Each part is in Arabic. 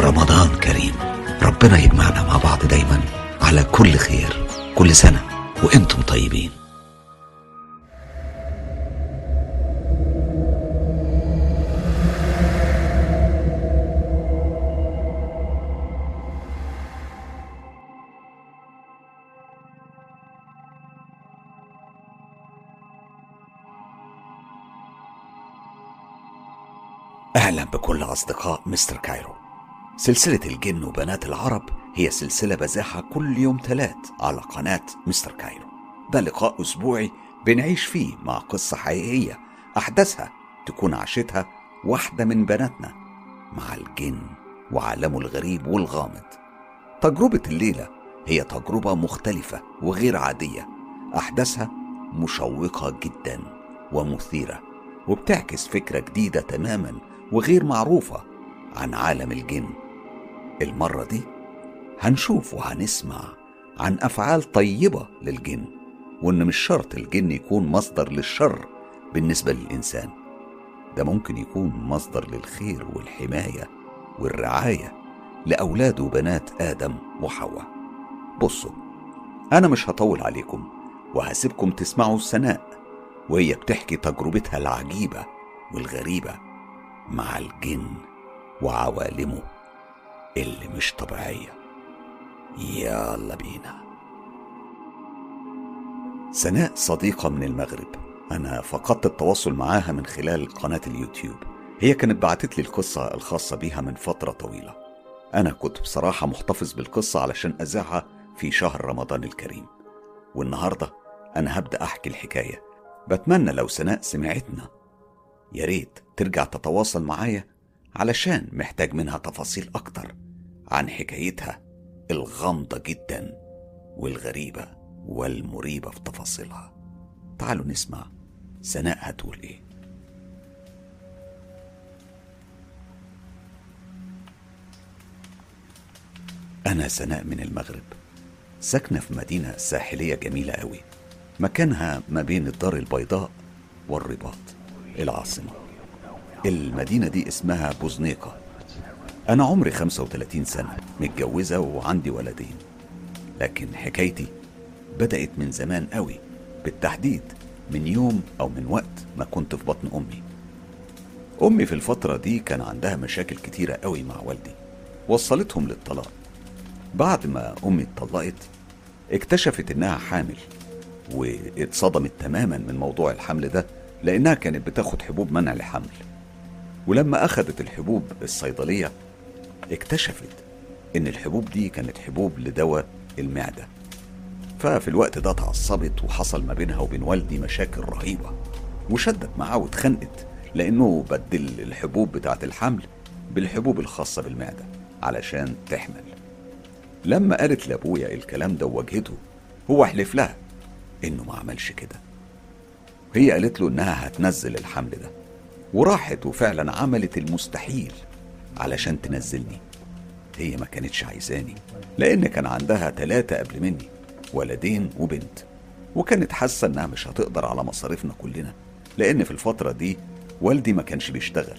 رمضان كريم. ربنا يجمعنا مع بعض دايما على كل خير. كل سنة وانتم طيبين. أهلا بكل أصدقاء مستر كايرو. سلسلة الجن وبنات العرب هي سلسلة بزاحة كل يوم 3 على قناة مستر كايرو. ده لقاء أسبوعي بنعيش فيه مع قصة حقيقية أحداثها تكون عاشتها واحدة من بناتنا مع الجن وعالمه الغريب والغامض. تجربة الليلة هي تجربة مختلفة وغير عادية، أحداثها مشوقة جدا ومثيرة، وبتعكس فكرة جديدة تماما وغير معروفة عن عالم الجن. المرة دي هنشوف وهنسمع عن أفعال طيبة للجن، وإن مش شرط الجن يكون مصدر للشر بالنسبة للإنسان، ده ممكن يكون مصدر للخير والحماية والرعاية لأولاد وبنات آدم وحواء. بصوا، أنا مش هطول عليكم وهسيبكم تسمعوا سناء وهي بتحكي تجربتها العجيبة والغريبة مع الجن وعوالمه اللي مش طبيعية. يلا بينا. سناء صديقة من المغرب، أنا فقدت التواصل معاها من خلال قناة اليوتيوب. هي كانت بعتت لي القصة الخاصة بيها من فترة طويلة. أنا كنت بصراحة محتفظ بالقصة علشان أذاعها في شهر رمضان الكريم، والنهاردة أنا هبدأ أحكي الحكاية. بتمنى لو سناء سمعتنا يا ريت ترجع تتواصل معايا علشان محتاج منها تفاصيل أكتر عن حكايتها الغامضة جدا والغريبة والمريبة في تفاصيلها. تعالوا نسمع سناء هتقول إيه. أنا سناء من المغرب، ساكنة في مدينة ساحلية جميلة قوي، مكانها ما بين الدار البيضاء والرباط العاصمة. المدينة دي اسمها بوزنيقة. أنا عمري 35 سنة، متجوزة وعندي ولدين، لكن حكايتي بدأت من زمان قوي، بالتحديد من يوم أو من وقت ما كنت في بطن أمي. أمي في الفترة دي كان عندها مشاكل كتيرة قوي مع والدي وصلتهم للطلاق. بعد ما أمي اتطلقت اكتشفت إنها حامل، واتصدمت تماما من موضوع الحمل ده لأنها كانت بتاخد حبوب منع الحمل. ولما أخدت الحبوب الصيدلية اكتشفت إن الحبوب دي كانت حبوب لدواء المعدة. ففي الوقت ده اتعصبت وحصل ما بينها وبين والدي مشاكل رهيبة، وشدت معاه واتخنقت لأنه بدل الحبوب بتاعت الحمل بالحبوب الخاصة بالمعدة علشان تحمل. لما قالت لأبويا الكلام ده وواجهته، هو حلف لها إنه ما عملش كده. هي قالت له إنها هتنزل الحمل ده، وراحت وفعلا عملت المستحيل علشان تنزلني. هي ما كانتش عايزاني لأن كان عندها 3 قبل مني، ولدين وبنت، وكانت حاسة إنها مش هتقدر على مصاريفنا كلنا، لأن في الفترة دي والدي ما كانش بيشتغل.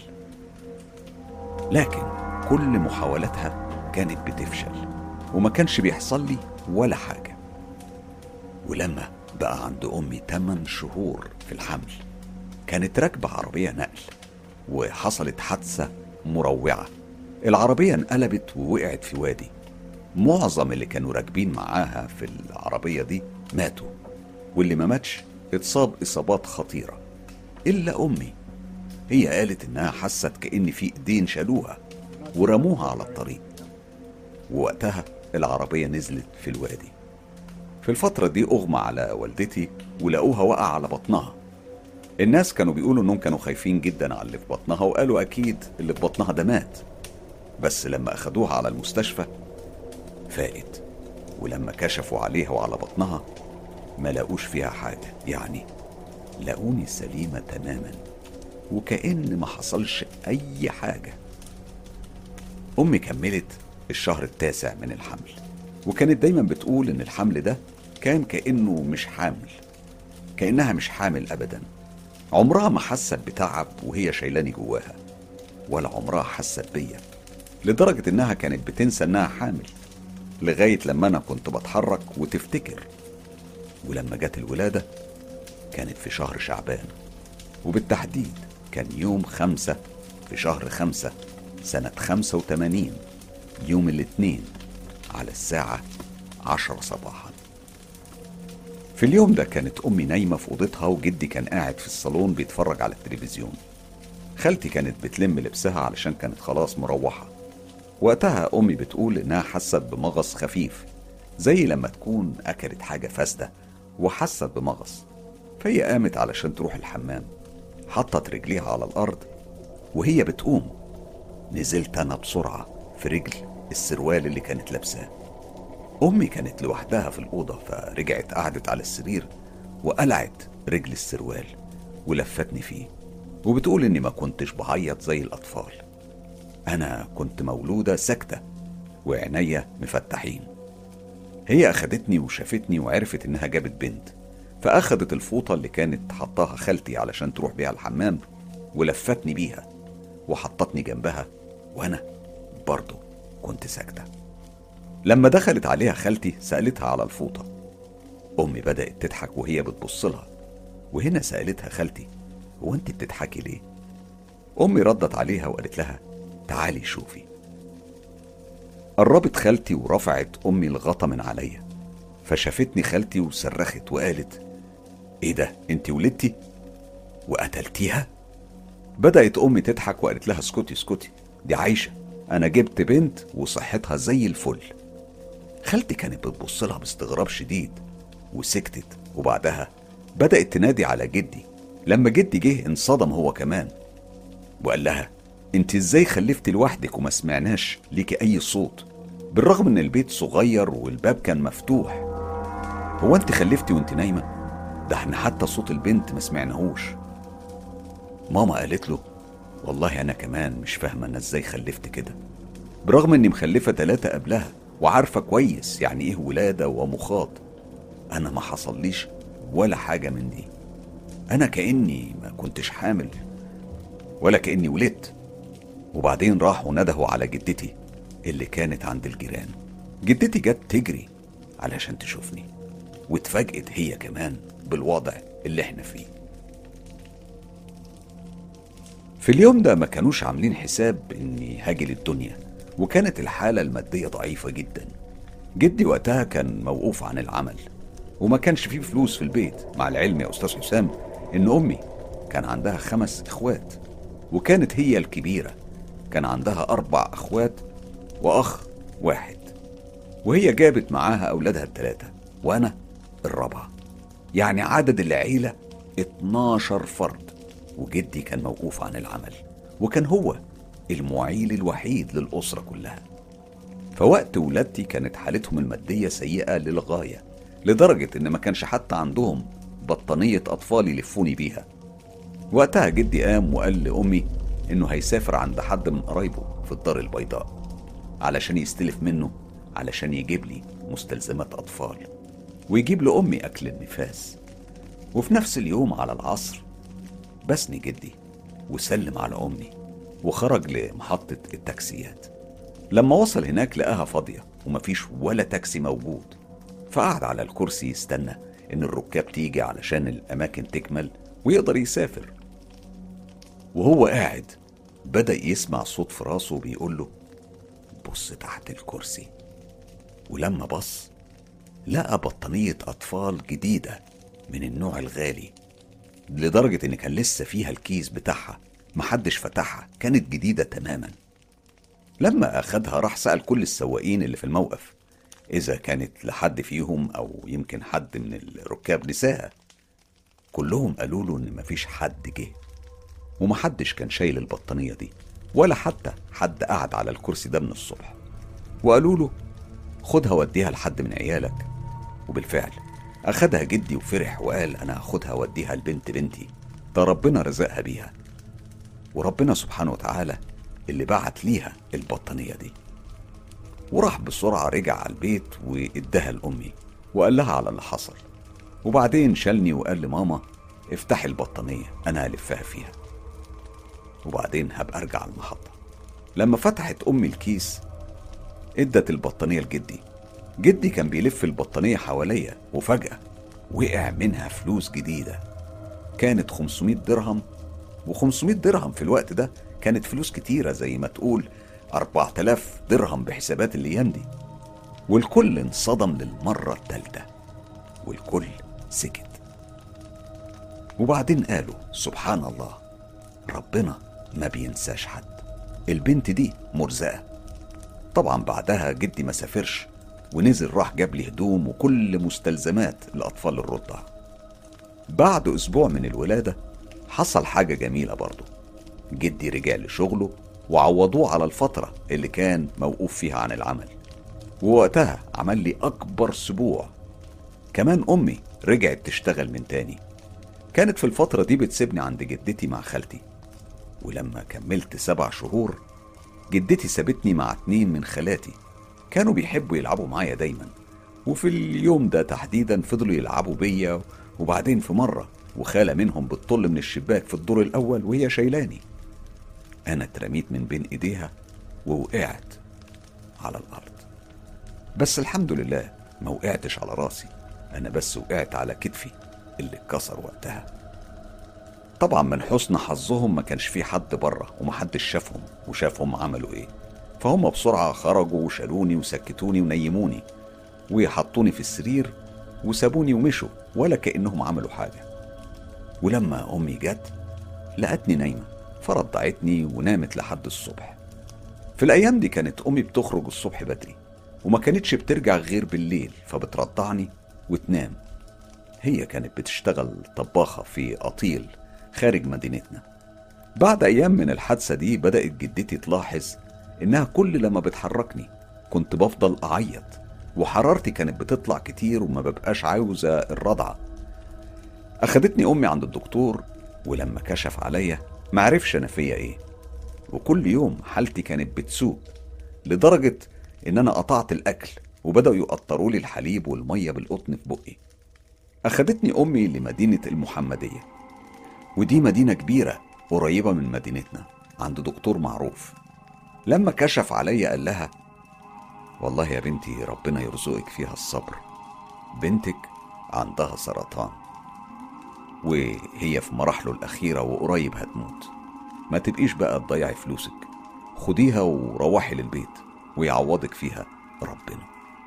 لكن كل محاولاتها كانت بتفشل وما كانش بيحصل لي ولا حاجة. ولما بقى عند أمي 8 شهور في الحمل، كانت راكبة عربية نقل وحصلت حادثة مروعة. العربية انقلبت ووقعت في وادي. معظم اللي كانوا راكبين معاها في العربية دي ماتوا، واللي ما ماتش اتصاب إصابات خطيرة إلا أمي. هي قالت إنها حست كأن في إيدين شالوها ورموها على الطريق، ووقتها العربية نزلت في الوادي. في الفترة دي أغمى على والدتي ولقوها وقع على بطنها. الناس كانوا بيقولوا إنهم كانوا خايفين جدا على اللي في بطنها، وقالوا أكيد اللي في بطنها ده مات. بس لما أخدوها على المستشفى فاقت، ولما كشفوا عليها وعلى بطنها ما لقوش فيها حاجة، يعني لقوني سليمة تماما وكأن ما حصلش أي حاجة. أمي كملت الشهر 9 من الحمل، وكانت دايما بتقول إن الحمل ده كان كأنه مش حامل، كأنها مش حامل أبدا. عمرها ما حست بتعب وهي شايلاني جواها، ولا عمرها حست بيا. لدرجة إنها كانت بتنسى إنها حامل، لغاية لما أنا كنت بتحرك وتفتكر. ولما جت الولادة كانت في شهر شعبان، وبالتحديد كان يوم 5 في شهر 5 سنة 85، يوم الاثنين على الساعة 10 صباحا. في اليوم ده كانت أمي نايمة في أوضتها، وجدي كان قاعد في الصالون بيتفرج على التلفزيون. خالتي كانت بتلم لبسها علشان كانت خلاص مروحة. وقتها أمي بتقول إنها حست بمغص خفيف، زي لما تكون أكلت حاجة فاسدة وحست بمغص. فهي قامت علشان تروح الحمام، حطت رجليها على الأرض. وهي بتقوم نزلت أنا بسرعة في رجل السروال اللي كانت لابساه. أمي كانت لوحدها في الأوضة، فرجعت قعدت على السرير وقلعت رجل السروال ولفتني فيه، وبتقول إني ما كنتش بعيط زي الأطفال. أنا كنت مولودة ساكتة وعينيا مفتحين. هي أخدتني وشافتني وعرفت إنها جابت بنت، فأخدت الفوطة اللي كانت حطاها خالتي علشان تروح بيها الحمام ولفتني بيها وحطتني جنبها، وأنا برضو كنت ساكتة. لما دخلت عليها خالتي سألتها على الفوطة. أمي بدأت تضحك وهي بتبصلها، وهنا سألتها خالتي: هو أنت بتضحكي ليه؟ أمي ردت عليها وقالت لها: تعالي شوفي. قربت خالتي ورفعت أمي الغطا من عليا، فشافتني خالتي وصرخت وقالت: إيه ده، أنت ولدتي وقتلتيها؟ بدأت أمي تضحك وقالت لها: اسكتي اسكتي، دي عايشة، أنا جبت بنت وصحتها زي الفل. خالتي كانت بتبصلها باستغراب شديد وسكتت، وبعدها بدأت تنادي على جدي. لما جدي جه انصدم هو كمان وقال لها: انت ازاي خلفتي لوحدك وما سمعناش ليكي اي صوت، بالرغم ان البيت صغير والباب كان مفتوح؟ هو انت خلفتي وانت نايمة؟ ده احنا حتى صوت البنت ما سمعناهوش. ماما قالت له: والله انا كمان مش فاهمة انا ازاي خلفت كده، برغم اني مخلفة 3 قبلها وعارفة كويس يعني ايه ولادة ومخاط. انا ما حصليش ولا حاجة من دي، انا كأني ما كنتش حامل ولا كأني ولدت. وبعدين راحوا ندهوا على جدتي اللي كانت عند الجيران. جدتي جت تجري علشان تشوفني، واتفاجئت هي كمان بالوضع اللي احنا فيه. في اليوم ده ما كانوش عاملين حساب اني هاجي للدنيا، وكانت الحالة المادية ضعيفة جدا. جدي وقتها كان موقوف عن العمل وما كانش فيه فلوس في البيت، مع العلم يا أستاذ حسام إن أمي كان عندها 5 إخوات وكانت هي الكبيرة. كان عندها 4 أخوات وأخ واحد، وهي جابت معاها أولادها ال3 وأنا الرابعة، يعني عدد العيلة 12 فرد. وجدي كان موقوف عن العمل وكان هو المعيل الوحيد للأسرة كلها. فوقت ولادتي كانت حالتهم المادية سيئة للغاية، لدرجة إن ما كانش حتى عندهم بطانية أطفال يلفوني بيها. وقتها جدي قام وقال لأمي إنه هيسافر عند حد من قرايبه في الدار البيضاء علشان يستلف منه، علشان يجيب لي مستلزمات أطفال ويجيب لأمي أكل النفاس. وفي نفس اليوم على العصر بسني جدي وسلم على أمي وخرج لمحطة التاكسيات. لما وصل هناك لقاها فاضية ومفيش ولا تاكسي موجود، فقعد على الكرسي يستنى إن الركاب تيجي علشان الأماكن تكمل ويقدر يسافر. وهو قاعد بدأ يسمع صوت في راسه بيقول له: بص تحت الكرسي. ولما بص لقى بطانية أطفال جديدة من النوع الغالي، لدرجة إن كان لسه فيها الكيس بتاعها محدش فتحها، كانت جديدة تماما. لما أخدها راح سأل كل السواقين اللي في الموقف إذا كانت لحد فيهم أو يمكن حد من الركاب نساها. كلهم قالوا له إن مفيش حد جه ومحدش كان شايل البطانية دي، ولا حتى حد قعد على الكرسي ده من الصبح. وقالوا له: خدها وديها لحد من عيالك. وبالفعل أخدها جدي وفرح وقال: أنا أخدها وديها لبنت بنتي، ده ربنا رزقها بيها، وربنا سبحانه وتعالى اللي بعت ليها البطانية دي. وراح بسرعة رجع على البيت واداها لأمي وقال لها على اللي حصل. وبعدين شالني وقال لماما: افتحي البطانية أنا هلفها فيها وبعدين هبقى أرجع المحطة. لما فتحت أمي الكيس ادت البطانية لجدي. جدي كان بيلف البطانية حواليا، وفجأة وقع منها فلوس جديدة. كانت 500 درهم، و500 درهم في الوقت ده كانت فلوس كتيرة، زي ما تقول 4000 درهم بحسابات الأيام دي. والكل انصدم للمرة الثالثة، والكل سكت. وبعدين قالوا سبحان الله، ربنا ما بينساش حد، البنت دي مرزقة. طبعا بعدها جدي ما سافرش، ونزل راح جاب لي هدوم وكل مستلزمات الأطفال الرضع. بعد أسبوع من الولادة حصل حاجة جميلة برضو. جدي رجع لشغله وعوضوه على الفترة اللي كان موقوف فيها عن العمل، ووقتها عمل لي أكبر سبوع. كمان أمي رجعت تشتغل من تاني. كانت في الفترة دي بتسيبني عند جدتي مع خالتي. ولما كملت 7 شهور جدتي سابتني مع 2 من خالاتي، كانوا بيحبوا يلعبوا معايا دايما. وفي اليوم ده تحديدا فضلوا يلعبوا بيا. وبعدين في مرة وخالة منهم بتطل من الشباك في الدور الأول وهي شايلاني، أنا اترميت من بين إيديها ووقعت على الأرض. بس الحمد لله ما وقعتش على راسي، أنا بس وقعت على كتفي اللي اتكسر وقتها. طبعا من حسن حظهم ما كانش في حد بره، ومحدش شافهم وشافهم عملوا ايه. فهم بسرعة خرجوا وشالوني وسكتوني ونيموني وحطوني في السرير وسابوني ومشوا ولا كأنهم عملوا حاجة. ولما أمي جت لقتني نايمة، فرضعتني ونامت لحد الصبح. في الأيام دي كانت أمي بتخرج الصبح بدري، وما كانتش بترجع غير بالليل، فبترضعني وتنام. هي كانت بتشتغل طباخة في قطيل خارج مدينتنا. بعد أيام من الحادثة دي بدأت جدتي تلاحظ إنها كل لما بتحركني كنت بفضل أعيط، وحرارتي كانت بتطلع كتير وما ببقاش عاوزة الرضعة. أخدتني أمي عند الدكتور، ولما كشف عليا معرفش أنا فيا إيه. وكل يوم حالتي كانت بتسوء لدرجة إن أنا قطعت الأكل، وبدأوا يقطروا لي الحليب والمية بالقطن في بقي. أخدتني أمي لمدينة المحمدية، ودي مدينة كبيرة قريبة من مدينتنا، عند دكتور معروف. لما كشف عليا قال لها والله يا بنتي ربنا يرزقك فيها الصبر، بنتك عندها سرطان وهي في مراحله الأخيرة وقريب هتموت. ما تبقيش بقى تضيعي فلوسك، خديها وروحي للبيت ويعوضك فيها ربنا.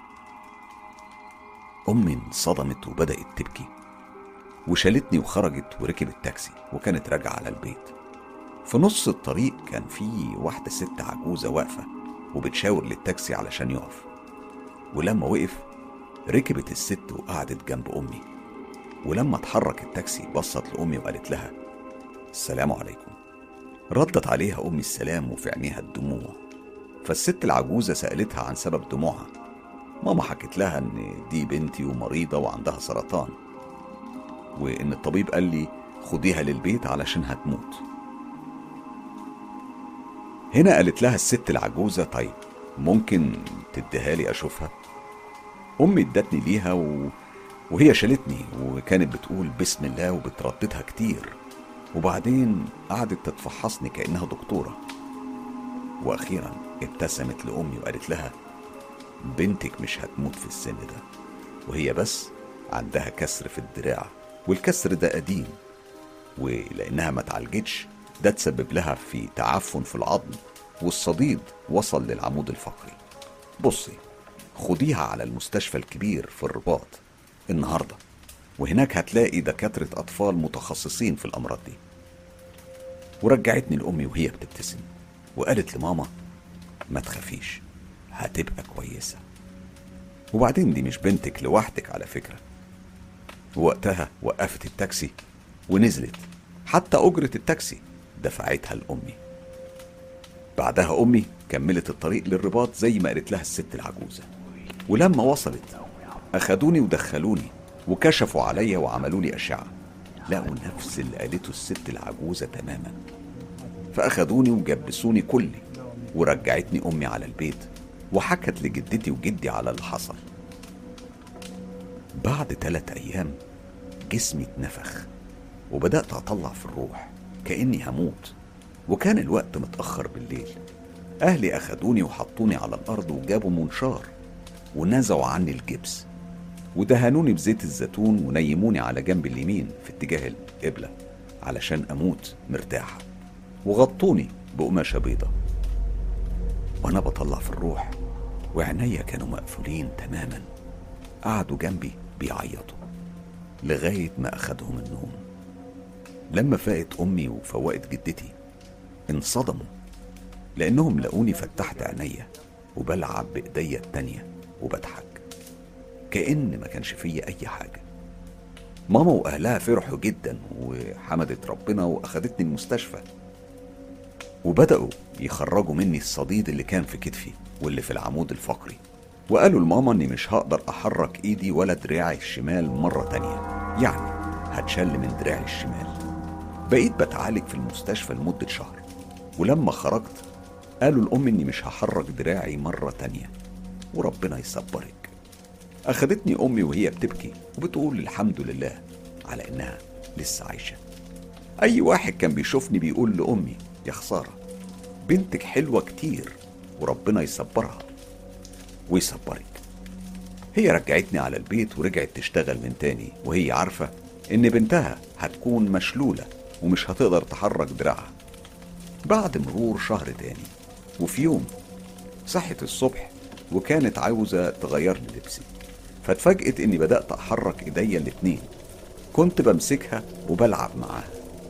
أمي انصدمت وبدأت تبكي، وشالتني وخرجت وركبت تاكسي، وكانت راجعة على البيت. في نص الطريق كان في واحدة ست عجوزة واقفة وبتشاور للتاكسي علشان يقف. ولما وقف ركبت الست وقعدت جنب أمي. ولما اتحرك التاكسي بصت لأمي وقالت لها السلام عليكم. ردت عليها أمي السلام وفي عينيها الدموع. فالست العجوزة سألتها عن سبب دموعها. ماما حكت لها ان دي بنتي ومريضة وعندها سرطان، وان الطبيب قال لي خديها للبيت علشان هتموت. هنا قالت لها الست العجوزة طيب ممكن تديها لي اشوفها؟ امي ادتني ليها وهي شالتني وكانت بتقول بسم الله وبترددها كتير، وبعدين قعدت تتفحصني كأنها دكتورة. واخيرا ابتسمت لأمي وقالت لها بنتك مش هتموت في السن ده، وهي بس عندها كسر في الدراع، والكسر ده قديم، ولأنها ما تعالجتش ده تسبب لها في تعفن في العظم، والصديد وصل للعمود الفقري. بصي خديها على المستشفى الكبير في الرباط النهاردة، وهناك هتلاقي دكاترة أطفال متخصصين في الأمراض دي. ورجعتني لأمي وهي بتبتسم وقالت لماما ما تخافيش هتبقى كويسة، وبعدين دي مش بنتك لوحدك على فكرة. ووقتها وقفت التاكسي ونزلت، حتى أجرة التاكسي دفعتها لأمي. بعدها أمي كملت الطريق للرباط زي ما قالت لها الست العجوزة. ولما وصلت أخدوني ودخلوني وكشفوا عليا وعملوا لي أشعة، لقوا نفس اللي قالته الست العجوزة تماما. فأخدوني وجبسوني كلي، ورجعتني أمي على البيت وحكت لجدتي وجدي على اللي حصل. بعد 3 أيام جسمي اتنفخ وبدأت أطلع في الروح كأني هموت، وكان الوقت متأخر بالليل. أهلي أخدوني وحطوني على الأرض وجابوا منشار ونزعوا عني الجبس ودهنوني بزيت الزيتون ونيموني على جنب اليمين في اتجاه القبلة علشان أموت مرتاحة، وغطوني بقماشة بيضة. وأنا بطلع في الروح وعينيا كانوا مقفولين تماما، قعدوا جنبي بيعيطوا لغاية ما أخدهم النوم. لما فاقت أمي وفوقت جدتي انصدموا، لأنهم لقوني فتحت عينيا وبلعب بإيديا التانية وبضحك كأن ما كانش فيا أي حاجة. ماما وأهلها فرحوا جدا وحمدت ربنا وأخدتني المستشفى، وبدأوا يخرجوا مني الصديد اللي كان في كتفي واللي في العمود الفقري، وقالوا لماما اني مش هقدر احرك ايدي ولا دراعي الشمال مرة تانية، يعني هتشل من دراعي الشمال. بقيت بتعالج في المستشفى لمدة شهر، ولما خرجت قالوا لأمي اني مش هحرك دراعي مرة تانية وربنا يصبرك. اخدتني امي وهي بتبكي وبتقول الحمد لله على انها لسه عايشة. اي واحد كان بيشوفني بيقول لأمي يا خسارة بنتك حلوة كتير وربنا يصبرها ويصبرك. هي رجعتني على البيت ورجعت تشتغل من تاني وهي عارفة ان بنتها هتكون مشلولة ومش هتقدر تحرك دراعها. بعد مرور شهر تاني وفي يوم صحت الصبح وكانت عاوزة تغير لي لبسي، فاتفاجئت اني بدأت احرك ايديا الاتنين، كنت بمسكها وبلعب معاها.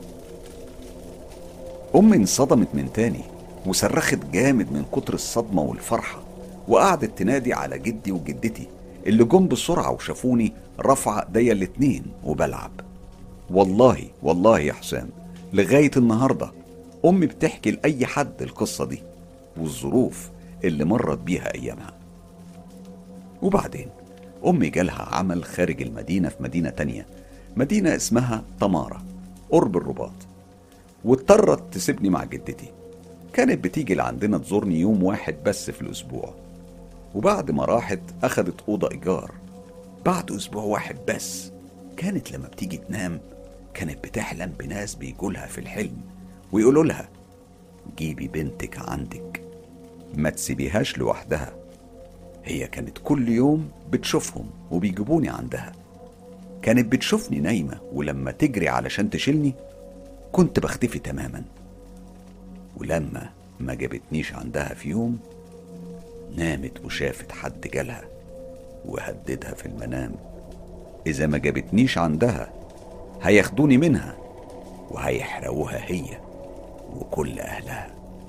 امي انصدمت من تاني وصرخت جامد من كتر الصدمة والفرحة، وقعدت تنادي على جدي وجدتي اللي جم بسرعة وشافوني رفع ايديا الاتنين وبلعب. والله يا حسام لغاية النهاردة امي بتحكي لأي حد القصة دي والظروف اللي مرت بيها ايامها. وبعدين امي جالها عمل خارج المدينة في مدينة تانية، مدينة اسمها تمارة قرب الرباط، واضطرت تسيبني مع جدتي. كانت بتيجي لعندنا تزورني يوم واحد بس في الأسبوع، وبعد ما راحت أخدت أوضة إيجار. بعد أسبوع واحد بس كانت لما بتيجي تنام كانت بتحلم بناس بيجولها في الحلم ويقولوا لها جيبي بنتك عندك ما تسيبيهاش لوحدها. هي كانت كل يوم بتشوفهم وبيجيبوني عندها. كانت بتشوفني نايمة ولما تجري علشان تشيلني كنت بختفي تماما. ولما ما جابتنيش عندها في يوم نامت وشافت حد جالها وهددها في المنام إذا ما جابتنيش عندها هياخدوني منها وهيحرقوها هي وكل أهلها.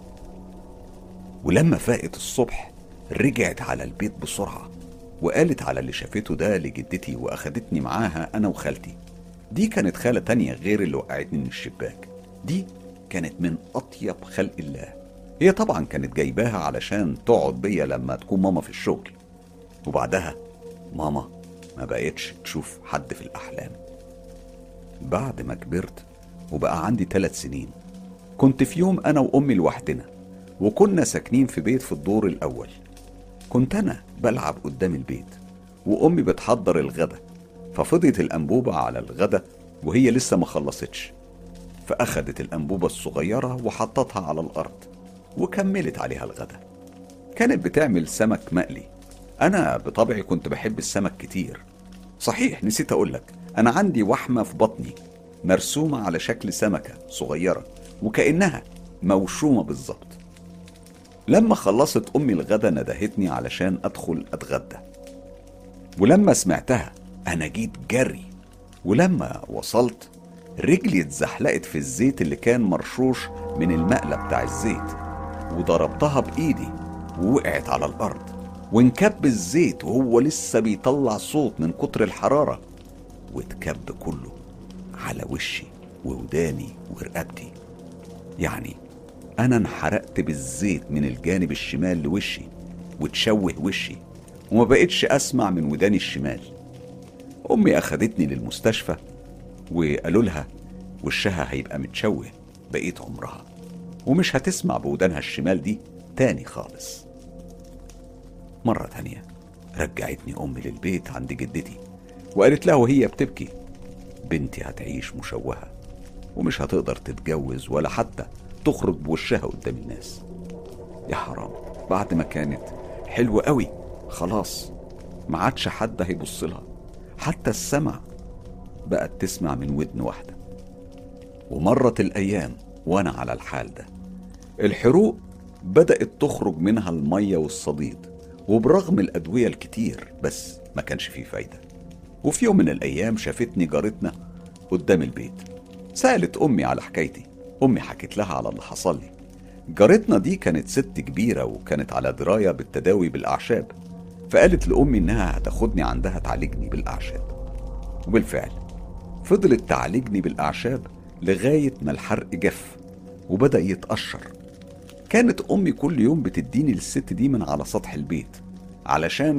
ولما فاقت الصبح رجعت على البيت بسرعة وقالت على اللي شافته ده لجدتي وأخدتني معاها أنا وخالتي. دي كانت خالة تانية غير اللي وقعتني من الشباك، دي كانت من أطيب خلق الله. هي طبعا كانت جايباها علشان تقعد بيا لما تكون ماما في الشغل، وبعدها ماما ما بقيتش تشوف حد في الأحلام. بعد ما كبرت وبقى عندي 3 سنين كنت في يوم أنا وأمي لوحدنا، وكنا ساكنين في بيت في الدور الأول. كنت أنا بلعب قدام البيت وأمي بتحضر الغدا، ففضيت الأنبوبة على الغدا وهي لسه ما خلصتش، فأخدت الأنبوبة الصغيرة وحطتها على الأرض وكملت عليها الغدا. كانت بتعمل سمك مقلي. أنا بطبعي كنت بحب السمك كتير. صحيح نسيت أقولك أنا عندي وحمة في بطني مرسومة على شكل سمكة صغيرة وكأنها موشومة بالظبط. لما خلصت أمي الغدا ندهتني علشان أدخل أتغدى، ولما سمعتها أنا جيت جري، ولما وصلت رجلي اتزحلقت في الزيت اللي كان مرشوش من المقلة بتاع الزيت، وضربتها بإيدي ووقعت على الأرض وانكب الزيت وهو لسه بيطلع صوت من كتر الحرارة، واتكب كله على وشي ووداني ورقبتي. يعني أنا انحرقت بالزيت من الجانب الشمال لوشي وتشوه وشي وما بقتش أسمع من وداني الشمال. أمي أخدتني للمستشفى وقالوا لها وشها هيبقى متشوه بقية عمرها ومش هتسمع بودانها الشمال دي تاني خالص. مرة تانية رجعتني أمي للبيت عند جدتي وقالت لها وهي بتبكي بنتي هتعيش مشوهة ومش هتقدر تتجوز ولا حتى تخرج بوشها قدام الناس. يا حرام، بعد ما كانت حلوة قوي خلاص ما عادش حد هيبص لها، حتى السمع بقت تسمع من ودن واحدة. ومرت الأيام وأنا على الحال ده. الحروق بدأت تخرج منها المية والصديد، وبرغم الأدوية الكتير بس ما كانش فيه فايدة. وفي يوم من الأيام شافتني جارتنا قدام البيت، سألت أمي على حكايتي. أمي حكت لها على اللي حصل لي. جارتنا دي كانت ست كبيرة وكانت على دراية بالتداوي بالأعشاب، فقالت لأمي إنها هتاخدني عندها تعالجني بالأعشاب. وبالفعل فضلت تعالجني بالأعشاب لغاية ما الحرق جف وبدأ يتقشر. كانت أمي كل يوم بتديني للست دي من على سطح البيت، علشان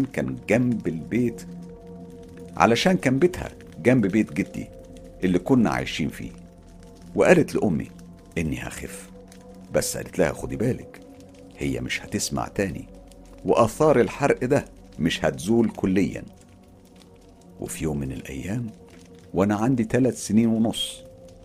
كان بيتها جنب بيت جدي اللي كنا عايشين فيه. وقالت لأمي إني هخف، بس قالت لها خدي بالك، هي مش هتسمع تاني، وآثار الحرق ده مش هتزول كليا. وفي يوم من الأيام وأنا عندي 3 سنين ونص،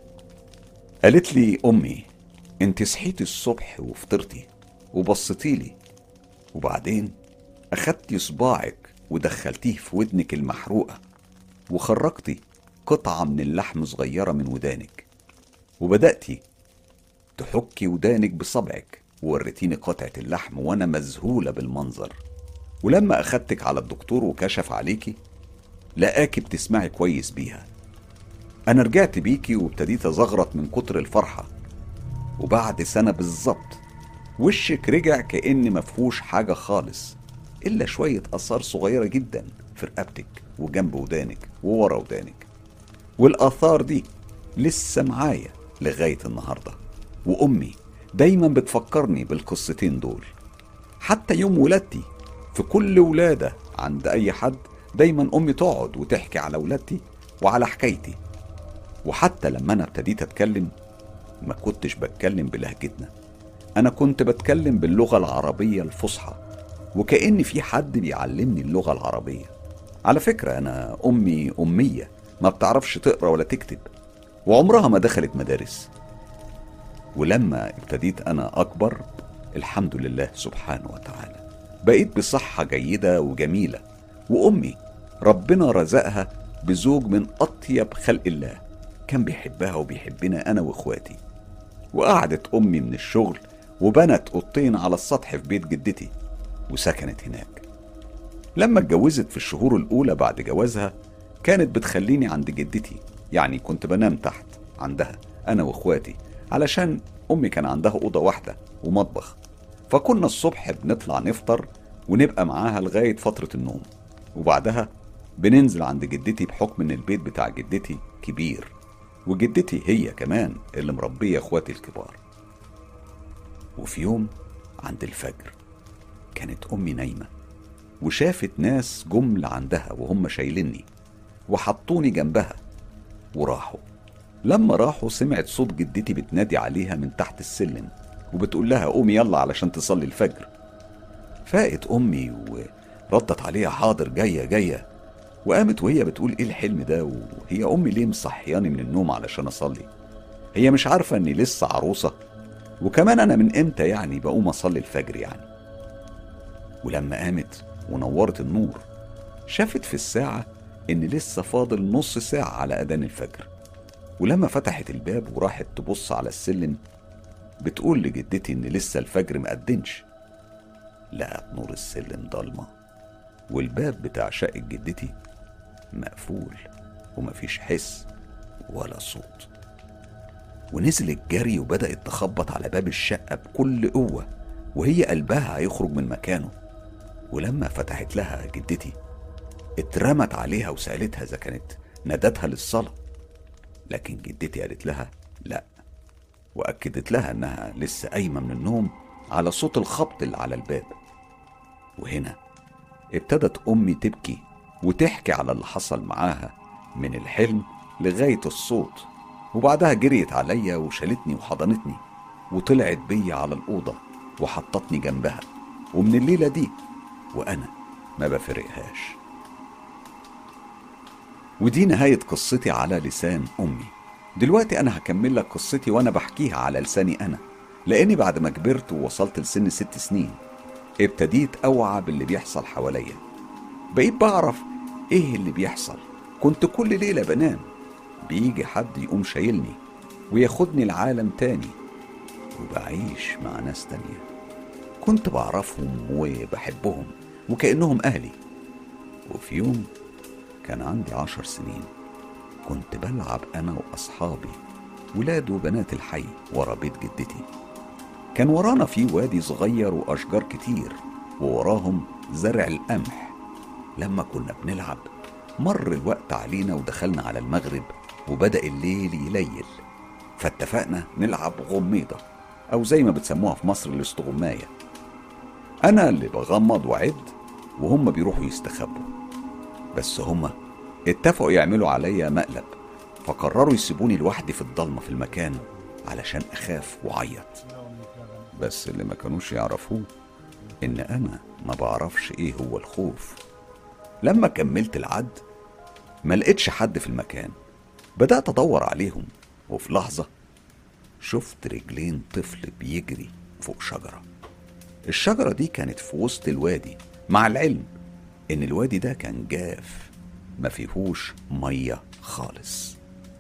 قالت لي أمي انت صحيتي الصبح وفطرتي وبصتيلي، وبعدين أخدتي صباعك ودخلتيه في ودنك المحروقة وخرجتي قطعة من اللحم صغيرة من ودانك، وبدأتي تحكي ودانك بصبعك ووريتيني قطعة اللحم وأنا مذهولة بالمنظر. ولما أخدتك على الدكتور وكشف عليكي لقاكي بتسمعي كويس بيها. أنا رجعت بيكي وابتديت أزغرط من كتر الفرحة، وبعد سنة بالظبط وشك رجع كأن مفهوش حاجة خالص إلا شوية آثار صغيرة جدا في رقبتك وجنب ودانك وورا ودانك. والآثار دي لسه معايا لغاية النهاردة، وأمي دايما بتفكرني بالقصتين دول. حتى يوم ولادتي، في كل ولادة عند أي حد دايما أمي تقعد وتحكي على ولادتي وعلى حكايتي. وحتى لما أنا ابتديت أتكلم ما كنتش بتكلم بلهجتنا، أنا كنت بتكلم باللغة العربية الفصحى، وكأن في حد بيعلمني اللغة العربية. على فكرة أنا أمي أمية، ما بتعرفش تقرأ ولا تكتب، وعمرها ما دخلت مدارس. ولما ابتديت أنا أكبر الحمد لله سبحانه وتعالى بقيت بصحة جيدة وجميلة، وأمي ربنا رزقها بزوج من أطيب خلق الله كان بيحبها وبيحبنا أنا وإخواتي. وقعدت أمي من الشغل وبنت أوضتين على السطح في بيت جدتي وسكنت هناك. لما اتجوزت في الشهور الأولى بعد جوازها كانت بتخليني عند جدتي، يعني كنت بنام تحت عندها أنا وإخواتي، علشان أمي كان عندها أوضة واحدة ومطبخ، فكنا الصبح بنطلع نفطر ونبقى معاها لغاية فترة النوم، وبعدها بننزل عند جدتي بحكم ان البيت بتاع جدتي كبير، وجدتي هي كمان اللي مربية اخواتي الكبار. وفي يوم عند الفجر كانت امي نايمة وشافت ناس جمل عندها وهم شايليني وحطوني جنبها وراحوا. لما راحوا سمعت صوت جدتي بتنادي عليها من تحت السلم وبتقول لها قومي يلا علشان تصلي الفجر. فاقت امي وردت عليها حاضر جاية جاية، وقامت وهي بتقول ايه الحلم ده، وهي امي ليه مصحياني من النوم علشان اصلي؟ هي مش عارفة اني لسه عروسة، وكمان انا من امتى يعني بقوم اصلي الفجر يعني؟ ولما قامت ونورت النور شافت في الساعة ان لسه فاضل نص ساعة على اذان الفجر. ولما فتحت الباب وراحت تبص على السلم بتقول لجدتي ان لسه الفجر مقدنش، لقت نور السلم ضلمة والباب بتاع شقة جدتي مقفول ومفيش حس ولا صوت. ونزلت جري وبدأت تخبط على باب الشقة بكل قوة وهي قلبها هيخرج من مكانه. ولما فتحت لها جدتي اترمت عليها وسألتها إذا كانت نادتها للصلاة، لكن جدتي قالت لها لا، وأكدت لها أنها لسه قايمة من النوم على صوت الخبط اللي على الباب. وهنا ابتدت أمي تبكي وتحكي على اللي حصل معاها من الحلم لغاية الصوت، وبعدها جريت عليا وشالتني وحضنتني وطلعت بيا على الأوضة وحطتني جنبها، ومن الليلة دي وأنا ما بفرقهاش. ودي نهاية قصتي على لسان أمي. دلوقتي أنا هكمل لك قصتي وأنا بحكيها على لساني أنا، لأني بعد ما كبرت ووصلت لسن 6 سنين ابتديت أوعى باللي بيحصل حواليا. بقيت بعرف إيه اللي بيحصل. كنت كل ليلة بنام بيجي حد يقوم شايلني وياخدني لعالم تاني، وبعيش مع ناس تانية كنت بعرفهم وبحبهم وكأنهم أهلي. وفي يوم كان عندي 10 سنين كنت بلعب أنا وأصحابي ولاد وبنات الحي ورا بيت جدتي. كان ورانا في وادي صغير وأشجار كتير ووراهم زرع القمح. لما كنا بنلعب مر الوقت علينا ودخلنا على المغرب وبدأ الليل يليل، فاتفقنا نلعب غميضة أو زي ما بتسموها في مصر الاستغماية. أنا اللي بغمض وعد وهم بيروحوا يستخبوا، بس هم اتفقوا يعملوا عليا مقلب، فقرروا يسيبوني لوحدي في الضلمة في المكان علشان أخاف وعيط. بس اللي ما كانوش يعرفوه إن أنا ما بعرفش إيه هو الخوف. لما كملت العد ما لقيتش حد في المكان، بدأت أدور عليهم، وفي لحظة شفت رجلين طفل بيجري فوق شجرة. الشجرة دي كانت في وسط الوادي، مع العلم إن الوادي ده كان جاف ما فيهوش مية خالص.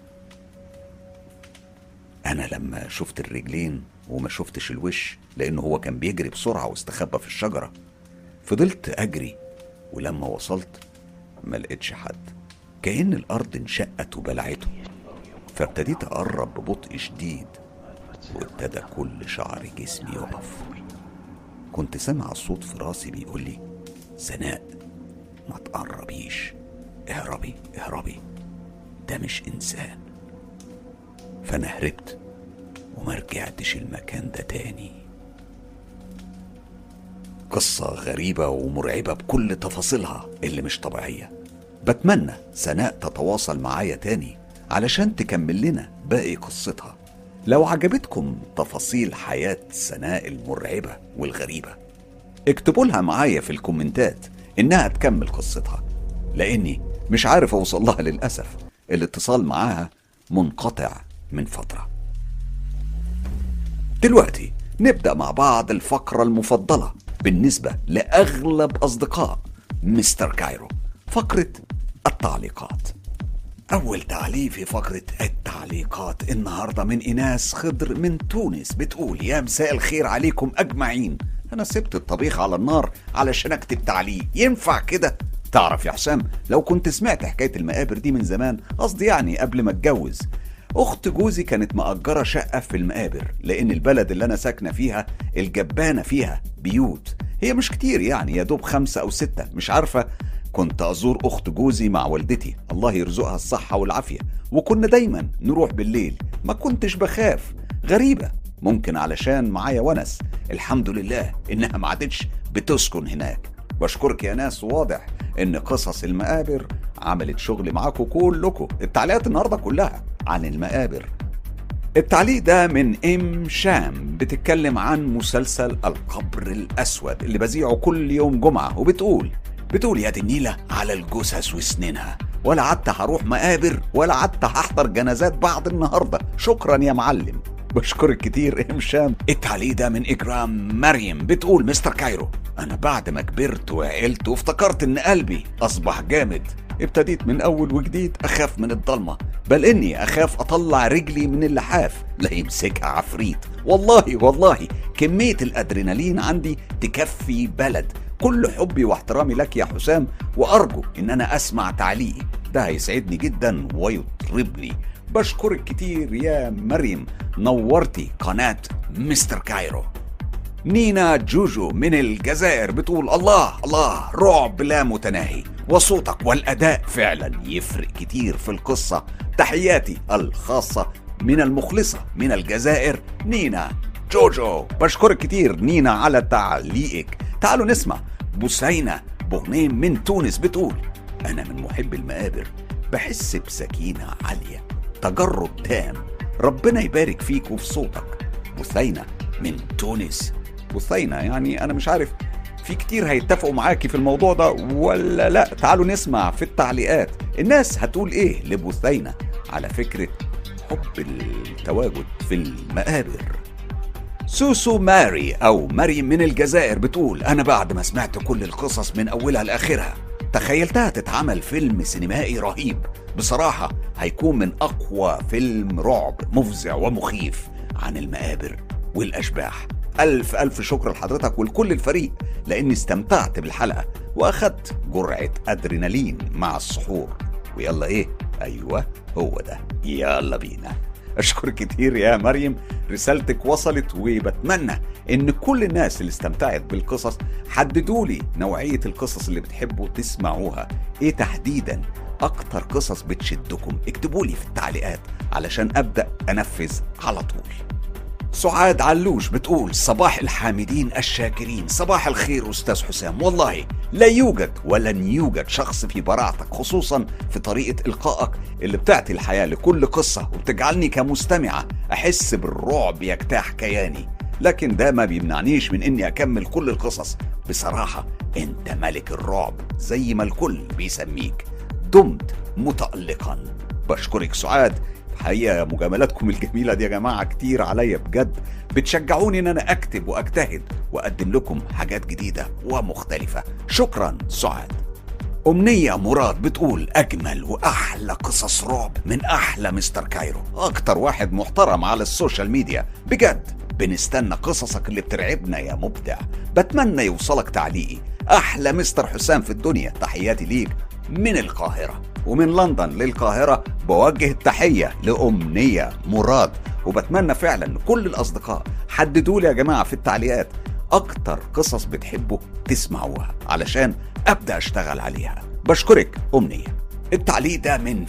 أنا لما شفت الرجلين وما شفتش الوش لأنه هو كان بيجري بسرعة واستخبى في الشجرة، فضلت أجري، ولما وصلت ما لقيتش حد، كأن الأرض انشقت وبلعته. فابتديت أقرب ببطء شديد وابتدى كل شعر جسمي يقف. كنت سامع الصوت في راسي بيقول لي: سناء ما تقربيش، اهربي اهربي، ده مش إنسان. فأنا هربت وما رجعتش المكان ده تاني. قصة غريبة ومرعبة بكل تفاصيلها اللي مش طبيعية. بتمنى سناء تتواصل معايا تاني علشان تكمل لنا باقي قصتها. لو عجبتكم تفاصيل حياة سناء المرعبة والغريبة اكتبوا لها معايا في الكومنتات انها تكمل قصتها، لاني مش عارف اوصل لها للأسف. الاتصال معاها منقطع من فترة. دلوقتي نبدأ مع بعض الفقرة المفضلة بالنسبة لأغلب أصدقاء مستر كايرو، فقرة التعليقات. أول تعليق في فقرة التعليقات النهاردة من إيناس خضر من تونس، بتقول: يا مساء الخير عليكم أجمعين، أنا سبت الطبيخ على النار علشان أكتب تعليق، ينفع كده؟ تعرف يا حسام، لو كنت سمعت حكاية المقابر دي من زمان، قصدي يعني قبل ما اتجوز، أخت جوزي كانت مأجرة شقة في المقابر، لأن البلد اللي أنا ساكنة فيها الجبانة فيها بيوت، هي مش كتير يعني، يا دوب 5 أو 6 مش عارفة. كنت أزور أخت جوزي مع والدتي الله يرزقها الصحة والعافية، وكنا دايما نروح بالليل، ما كنتش بخاف. غريبة، ممكن علشان معايا ونس. الحمد لله إنها ما عادتش بتسكن هناك. بشكرك يا ناس، واضح إن قصص المقابر عملت شغل معاكم كلكم. التعليقات النهاردة كلها عن المقابر. التعليق ده من ام شام، بتتكلم عن مسلسل القبر الأسود اللي بذيعه كل يوم جمعة، وبتقول يا دي النيلة على الجثث وسنينها، ولا عدت هروح مقابر ولا عدت هحضر جنازات بعد النهاردة. شكرا يا معلم، بشكرك كتير ام شام. التعليق ده من اجرام مريم، بتقول: مستر كايرو، انا بعد ما كبرت وعقلت وافتكرت ان قلبي اصبح جامد، ابتديت من اول وجديد اخاف من الضلمة، بل اني اخاف اطلع رجلي من اللحاف لا يمسكها عفريت. والله كمية الادرينالين عندي تكفي بلد. كل حبي واحترامي لك يا حسام، وارجو ان انا اسمع تعليقي، ده هيسعدني جدا ويطربني. بشكرك كتير يا مريم، نورتي قناة مستر كايرو. نينا جوجو من الجزائر بتقول: الله رعب لا متناهي، وصوتك والأداء فعلا يفرق كتير في القصة. تحياتي الخاصة من المخلصة من الجزائر نينا جوجو. بشكرك كتير نينا على تعليقك. تعالوا نسمع بوسينة بغنيم من تونس، بتقول: أنا من محب المقابر، بحس بسكينة عالية، تجرد تام، ربنا يبارك فيك وفي صوتك. بوسينة من تونس. بوسينة يعني أنا مش عارف في كتير هيتفقوا معاكي في الموضوع ده ولا لا. تعالوا نسمع في التعليقات الناس هتقول ايه لبوسينة على فكرة حب التواجد في المقابر. سوسو ماري أو مريم من الجزائر بتقول أنا بعد ما سمعت كل القصص من أولها لآخرها تخيلتها تتعمل فيلم سينمائي رهيب. بصراحة هيكون من أقوى فيلم رعب مفزع ومخيف عن المقابر والأشباح. ألف شكر لحضرتك ولكل الفريق، لأني استمتعت بالحلقة وأخدت جرعة أدرينالين مع السحور. ويلا إيه؟ أيوة هو ده، يلا بينا. أشكر كتير يا مريم، رسالتك وصلت، وبتمنى إن كل الناس اللي استمتعت بالقصص حددوا لي نوعية القصص اللي بتحبوا تسمعوها، إيه تحديدا أكتر قصص بتشدكم. اكتبوا لي في التعليقات علشان أبدأ أنفذ على طول. سعاد علوش بتقول صباح الحامدين الشاكرين، صباح الخير أستاذ حسام، والله لا يوجد ولن يوجد شخص في براعتك، خصوصا في طريقة إلقائك اللي بتعطي الحياة لكل قصة وبتجعلني كمستمعة أحس بالرعب يجتاح كياني، لكن ده ما بيمنعنيش من إني أكمل كل القصص. بصراحة أنت ملك الرعب زي ما الكل بيسميك، دمت متألقا. بشكرك سعاد، حقيقة مجاملاتكم الجميلة دي يا جماعة كتير عليا بجد، بتشجعوني ان انا اكتب واجتهد واقدم لكم حاجات جديدة ومختلفة. شكرا سعاد. أمنية مراد بتقول أجمل وأحلى قصص رعب من أحلى مستر كايرو، أكتر واحد محترم على السوشيال ميديا بجد. بنستنى قصصك اللي بترعبنا يا مبدع، بتمنى يوصلك تعليقي أحلى مستر حسام في الدنيا. تحياتي ليك من القاهرة، ومن لندن للقاهرة بوجه التحية لأمنية مراد. وبتمنى فعلا كل الأصدقاء حددوا لي يا جماعة في التعليقات أكتر قصص بتحبوا تسمعوها علشان أبدأ أشتغل عليها. بشكرك أمنية. التعليق ده من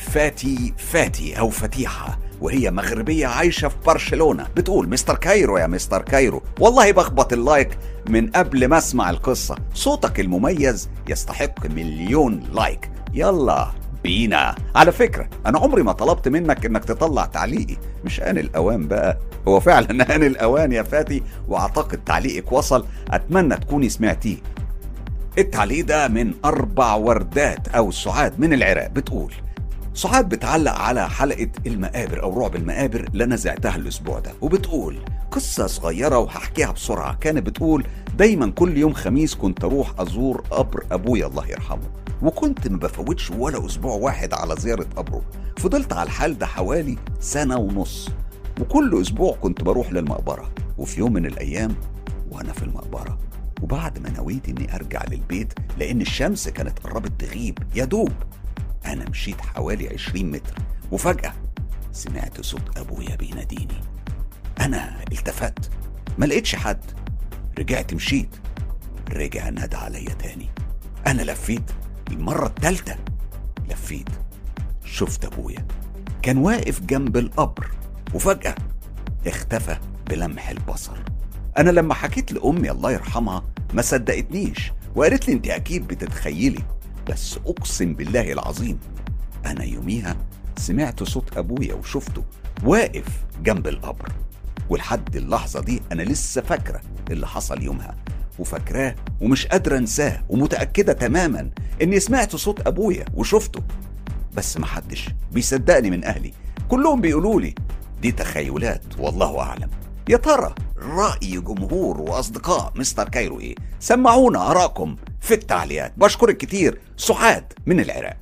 فاتي أو فتيحة، وهي مغربية عايشة في برشلونة، بتقول مستر كايرو يا مستر كايرو، والله بخبط اللايك من قبل ما اسمع القصة، صوتك المميز يستحق 1,000,000 لايك. يلا بينا. على فكرة أنا عمري ما طلبت منك إنك تطلع تعليقي، مش آن الأوان بقى؟ هو فعلا آن الأوان يا فاتي، وأعتقد تعليقك وصل، أتمنى تكوني سمعتيه. التعليق ده من 4 وردات أو سعاد من العراق، بتقول سعاد بتعلق على حلقة المقابر أو رعب المقابر اللي أنا زعتها الأسبوع ده، وبتقول قصة صغيرة وهحكيها بسرعة. كانت بتقول دايما كل يوم خميس كنت أروح أزور قبر أبويا الله يرحمه، وكنت ما بفوتش ولا أسبوع واحد على زيارة قبره. فضلت على الحال ده حوالي 1.5 سنة، وكل أسبوع كنت بروح للمقبرة. وفي يوم من الأيام وأنا في المقبرة وبعد ما نويت إني أرجع للبيت لأن الشمس كانت قربت تغيب يا دوب، أنا مشيت حوالي 20 متر وفجأة سمعت صوت أبويا بيناديني. أنا التفت ما لقيتش حد، رجعت مشيت، رجع نادى عليا تاني. أنا لفيت المرة الثالثة، لفيت شفت أبويا كان واقف جنب القبر وفجأة اختفى بلمح البصر. أنا لما حكيت لأمي الله يرحمها ما صدقتنيش وقالت لي أنت أكيد بتتخيلي، بس أقسم بالله العظيم أنا يوميها سمعت صوت أبويا وشفته واقف جنب القبر، ولحد اللحظة دي أنا لسه فاكرة اللي حصل يومها وفاكراه ومش قادرة أنساه، ومتأكدة تماما إني سمعت صوت أبويا وشفته، بس محدش بيصدقني من أهلي، كلهم بيقولولي دي تخيلات والله أعلم. يا ترى رأي جمهور وأصدقاء مستر كايرو إيه؟ سمعونا آراءكم في التعليقات. بشكرك كتير سعاد من العراق.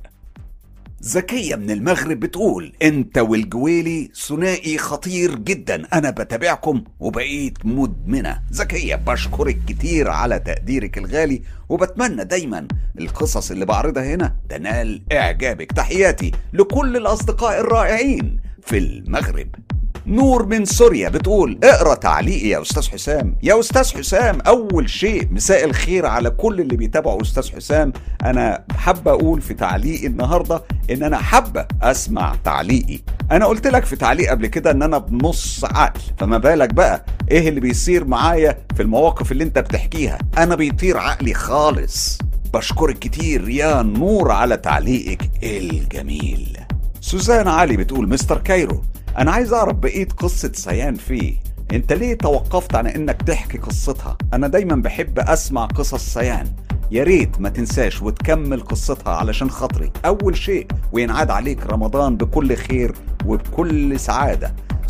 زكية من المغرب بتقول انت والجويلي ثنائي خطير جدا، انا بتابعكم وبقيت مدمنة. زكية بشكرك كتير على تقديرك الغالي، وبتمنى دايما القصص اللي بعرضها هنا تنال اعجابك. تحياتي لكل الاصدقاء الرائعين في المغرب. نور من سوريا بتقول اقرا تعليقي يا استاذ حسام. يا استاذ حسام، اول شيء مساء الخير على كل اللي بيتابعوا استاذ حسام. انا حابه اقول في تعليقي النهارده ان انا حابه اسمع تعليقي. انا قلت لك في تعليق قبل كده ان انا بنص عقل، فما بالك بقى ايه اللي بيصير معايا في المواقف اللي انت بتحكيها، انا بيطير عقلي خالص. بشكرك كتير يا نور على تعليقك الجميل. سوزان علي بتقول مستر كايرو، أنا عايز أعرف بقية قصة سيان فيه، أنت ليه توقفت عن إنك تحكي قصتها؟ أنا دايما بحب أسمع قصص سيان، يا ريت ما تنساش وتكمل قصتها علشان خاطري أول شيء، وينعاد عليك رمضان بكل خير وبكل سعادة.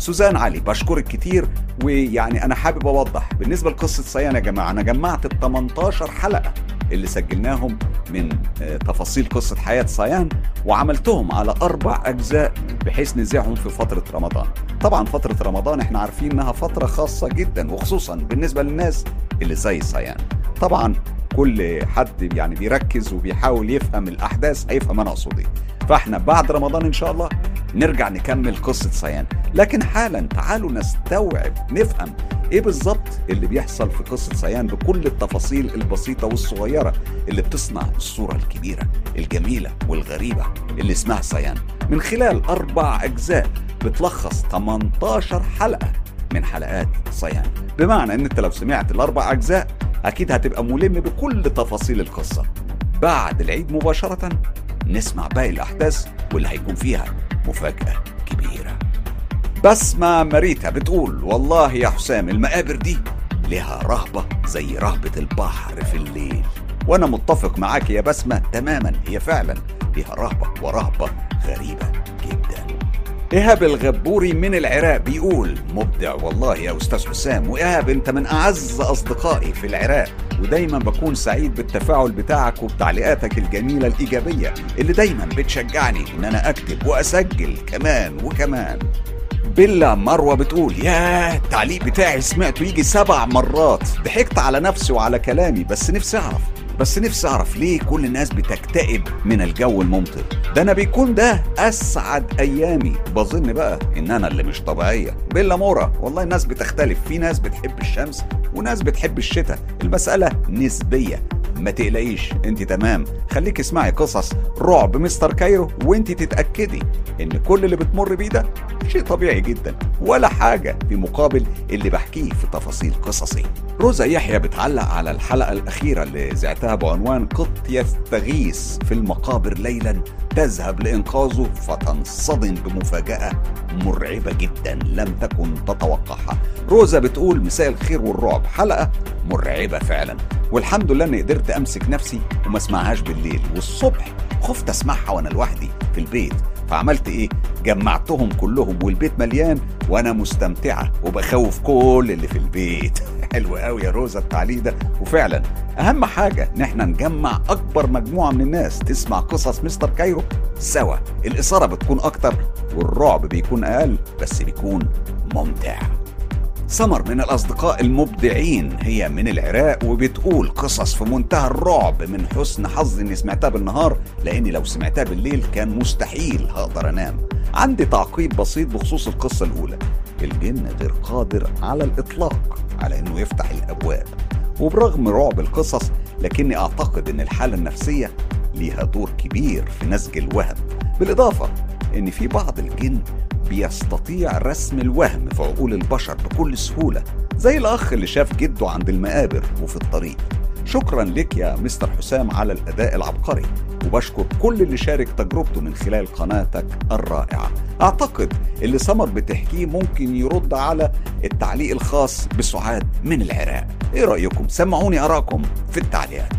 سوزان علي، بشكرك كتير. ويعني أنا حابب أوضح بالنسبة لقصة صيان يا جماعة، أنا جمعت ال 18 حلقة اللي سجلناهم من تفاصيل قصة حياة صيان وعملتهم على 4 أجزاء بحيث نذيعهم في فترة رمضان. طبعا فترة رمضان احنا عارفين انها فترة خاصة جدا، وخصوصا بالنسبة للناس اللي زي صيان. طبعا كل حد يعني بيركز وبيحاول يفهم الأحداث هيفهم أنا أقصد إيه. فاحنا بعد رمضان إن شاء الله نرجع نكمل قصة صيان، لكن حالا تعالوا نستوعب نفهم ايه بالظبط اللي بيحصل في قصة صيان بكل التفاصيل البسيطة والصغيرة اللي بتصنع الصورة الكبيرة الجميلة والغريبة اللي اسمها صيان من خلال 4 أجزاء بتلخص 18 حلقة من حلقات صيان. بمعنى ان انت لو سمعت ال4 أجزاء اكيد هتبقى ملم بكل تفاصيل القصة. بعد العيد مباشرة نسمع باقي الأحداث واللي هيكون فيها مفاجأة كبيرة. بسمة ماريتا بتقول والله يا حسام المقابر دي لها رهبة زي رهبة البحر في الليل، وانا متفق معاك يا بسمة تماما، هي فعلا لها رهبة ورهبة غريبة جدا. إيهاب الغبوري من العراق بيقول مبدع والله يا أستاذ حسام، وإيهاب أنت من أعز أصدقائي في العراق، ودايما بكون سعيد بالتفاعل بتاعك وبتعليقاتك الجميلة الإيجابية اللي دايما بتشجعني إن أنا أكتب وأسجل كمان وكمان. بيلا مروة بتقول ياه التعليق بتاعي سمعته يجي 7 مرات، ضحكت على نفسي وعلى كلامي، بس نفسي أعرف ليه كل الناس بتكتئب من الجو الممطر ده. أنا بيكون ده أسعد أيامي، بظن بقى إن أنا اللي مش طبيعية. بيلا مورا والله الناس بتختلف، في ناس بتحب الشمس وناس بتحب الشتاء، المسألة نسبية، ما تقلقيش انت تمام. خليك اسمعي قصص رعب مستر كايرو وانت تتأكدي ان كل اللي بتمر بيه ده شيء طبيعي جدا ولا حاجة في مقابل اللي بحكيه في تفاصيل قصصي. روزا يحيى بتعلق على الحلقة الأخيرة اللي زعتها بعنوان قط يستغيث في المقابر ليلا تذهب لإنقاذه فتنصدم بمفاجأة مرعبة جدا لم تكن تتوقعها. روزا بتقول مساء الخير والرعب، حلقة مرعبة فعلا، والحمد لله اني قدرت امسك نفسي وما اسمعهاش بالليل، والصبح خفت اسمعها وانا لوحدي في البيت، فعملت ايه؟ جمعتهم كلهم والبيت مليان وانا مستمتعة وبخوف كل اللي في البيت. حلو قوي يا روزا التعليق ده، وفعلا اهم حاجة ان احنا نجمع اكبر مجموعة من الناس تسمع قصص مستر كايرو سوا، الاثارة بتكون اكتر والرعب بيكون اقل بس بيكون ممتع. سمر من الأصدقاء المبدعين هي من العراق وبتقول قصص في منتهى الرعب، من حسن حظي إني سمعتها بالنهار لأني لو سمعتها بالليل كان مستحيل هقدر أنام. عندي تعقيب بسيط بخصوص القصة الأولى، الجن غير قادر على الإطلاق على إنه يفتح الأبواب، وبرغم رعب القصص لكني أعتقد إن الحالة النفسية ليها دور كبير في نسج الوهم، بالإضافة إن في بعض الجن بيستطيع رسم الوهم في عقول البشر بكل سهولة، زي الأخ اللي شاف جده عند المقابر وفي الطريق. شكرا لك يا مستر حسام على الأداء العبقري، وبشكر كل اللي شارك تجربته من خلال قناتك الرائعة. أعتقد اللي سمر بتحكيه ممكن يرد على التعليق الخاص بسعاد من العراق. إيه رأيكم؟ سمعوني آراءكم في التعليقات.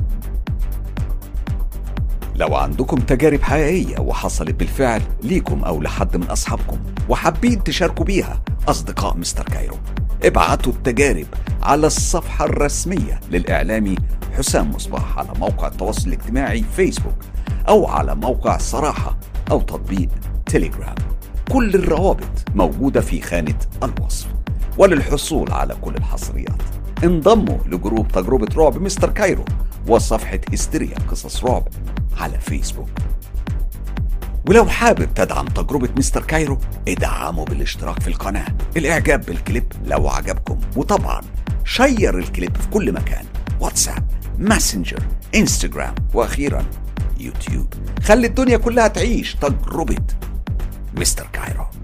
لو عندكم تجارب حقيقية وحصلت بالفعل ليكم أو لحد من أصحابكم وحابين تشاركوا بيها أصدقاء مستر كايرو، ابعتوا التجارب على الصفحة الرسمية للإعلامي حسام مصباح على موقع التواصل الاجتماعي فيسبوك أو على موقع صراحة أو تطبيق تيليجرام. كل الروابط موجودة في خانة الوصف. وللحصول على كل الحصريات انضموا لجروب تجربة رعب مستر كايرو وصفحة هستيريا قصص رعب على فيسبوك. ولو حابب تدعم تجربة مستر كايرو ادعموا بالاشتراك في القناة، الاعجاب بالكليب لو عجبكم، وطبعا شير الكليب في كل مكان، واتساب، ماسنجر، انستجرام، واخيرا يوتيوب. خلي الدنيا كلها تعيش تجربة مستر كايرو.